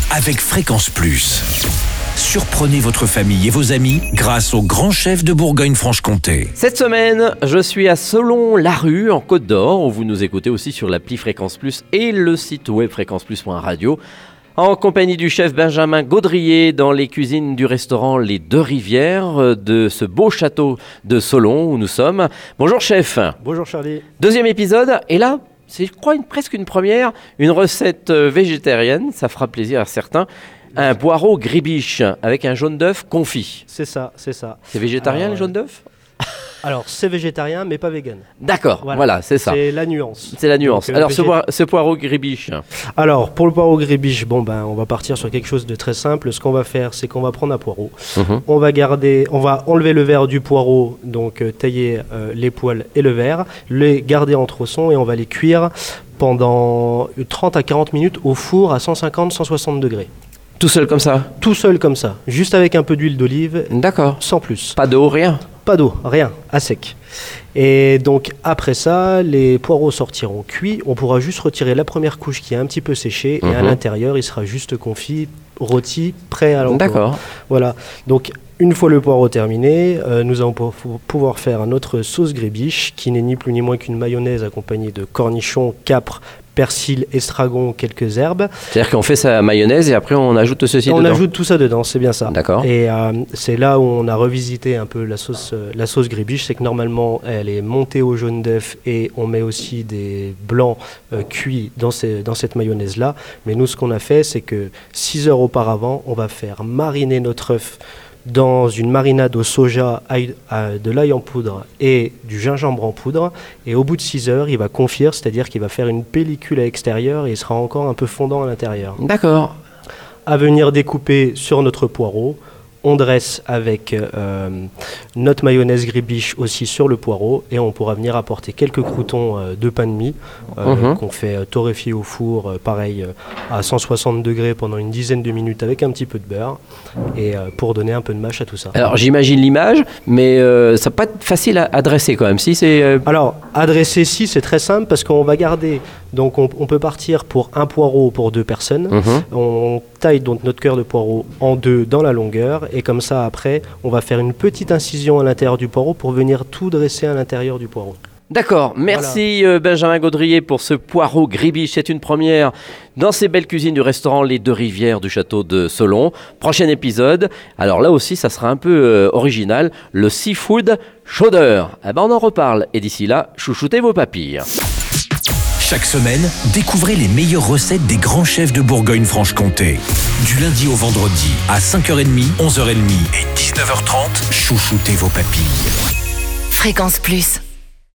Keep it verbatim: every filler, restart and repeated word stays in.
avec Fréquence Plus. Surprenez votre famille et vos amis grâce au grand chef de Bourgogne-Franche-Comté. Cette semaine, je suis à Solon-la-Rue, en Côte d'Or, où vous nous écoutez aussi sur l'appli Fréquence Plus et le site web fréquence plus point radio. En compagnie du chef Benjamin Gaudrier dans les cuisines du restaurant Les Deux Rivières de ce beau château de Solon où nous sommes. Bonjour chef. Bonjour Charlie. Deuxième épisode, et là, c'est je crois une, presque une première, une recette végétarienne, ça fera plaisir à certains. Un poireau gribiche avec un jaune d'œuf confit. C'est ça, c'est ça. C'est végétarien Alors, les jaunes d'œuf ? Alors c'est végétarien mais pas vegan. D'accord, voilà, voilà c'est ça. C'est la nuance. C'est la nuance. Donc, euh, Alors végé... ce, poire, ce poireau gribiche. Alors pour le poireau gribiche, bon ben on va partir sur quelque chose de très simple. Ce qu'on va faire, c'est qu'on va prendre un poireau. Mm-hmm. On va garder, on va enlever le verre du poireau, donc euh, tailler euh, les poils et le verre, les garder en tronçons et on va les cuire pendant trente à quarante minutes au four à cent cinquante à cent soixante degrés. Tout seul comme ça ? Tout seul comme ça, juste avec un peu d'huile d'olive. D'accord. Sans plus. Pas d'eau, rien ? Pas d'eau, rien, à sec. Et donc après ça, les poireaux sortiront cuits. On pourra juste retirer la première couche qui est un petit peu séchée mmh. et à l'intérieur, il sera juste confit, rôti, prêt à l'emploi. D'accord. Voilà. Donc une fois le poireau terminé, euh, nous allons pour, pour pouvoir faire notre sauce gribiche qui n'est ni plus ni moins qu'une mayonnaise accompagnée de cornichons, capres, persil, estragon, quelques herbes. C'est-à-dire qu'on fait sa mayonnaise et après on ajoute ceci on dedans. On ajoute tout ça dedans, c'est bien ça. D'accord. Et euh, c'est là où on a revisité un peu la sauce, euh, la sauce gribiche, c'est que normalement elle est montée au jaune d'œuf et on met aussi des blancs euh, cuits dans, ces, dans cette mayonnaise-là. Mais nous, ce qu'on a fait, c'est que six heures auparavant, on va faire mariner notre œuf dans une marinade au soja, ail, euh, de l'ail en poudre et du gingembre en poudre. Et au bout de six heures, il va confire, c'est-à-dire qu'il va faire une pellicule à l'extérieur et il sera encore un peu fondant à l'intérieur. D'accord. À venir découper sur notre poireau. On dresse avec euh, notre mayonnaise gribiche aussi sur le poireau et on pourra venir apporter quelques croûtons euh, de pain de mie euh, mmh. qu'on fait euh, torréfier au four, euh, pareil euh, à cent soixante degrés pendant une dizaine de minutes avec un petit peu de beurre et euh, pour donner un peu de mâche à tout ça. Alors j'imagine l'image, mais euh, ça va pas être facile à, à dresser quand même. Si c'est euh... Alors à dresser, si c'est très simple parce qu'on va garder, donc on, on peut partir pour un poireau pour deux personnes. Mmh. On taille donc notre cœur de poireau en deux dans la longueur. Et comme ça, après, on va faire une petite incision à l'intérieur du poireau pour venir tout dresser à l'intérieur du poireau. D'accord, merci voilà. Benjamin Gaudrier pour ce poireau gribiche. C'est une première dans ces belles cuisines du restaurant Les Deux Rivières du château de Solon. Prochain épisode, alors là aussi, ça sera un peu euh, original, le seafood chaudeur. Eh ben, on en reparle. Et d'ici là, chouchoutez vos papilles. Chaque semaine, découvrez les meilleures recettes des grands chefs de Bourgogne-Franche-Comté. Du lundi au vendredi, à cinq heures trente, onze heures trente et dix-neuf heures trente, chouchoutez vos papilles. Fréquence Plus.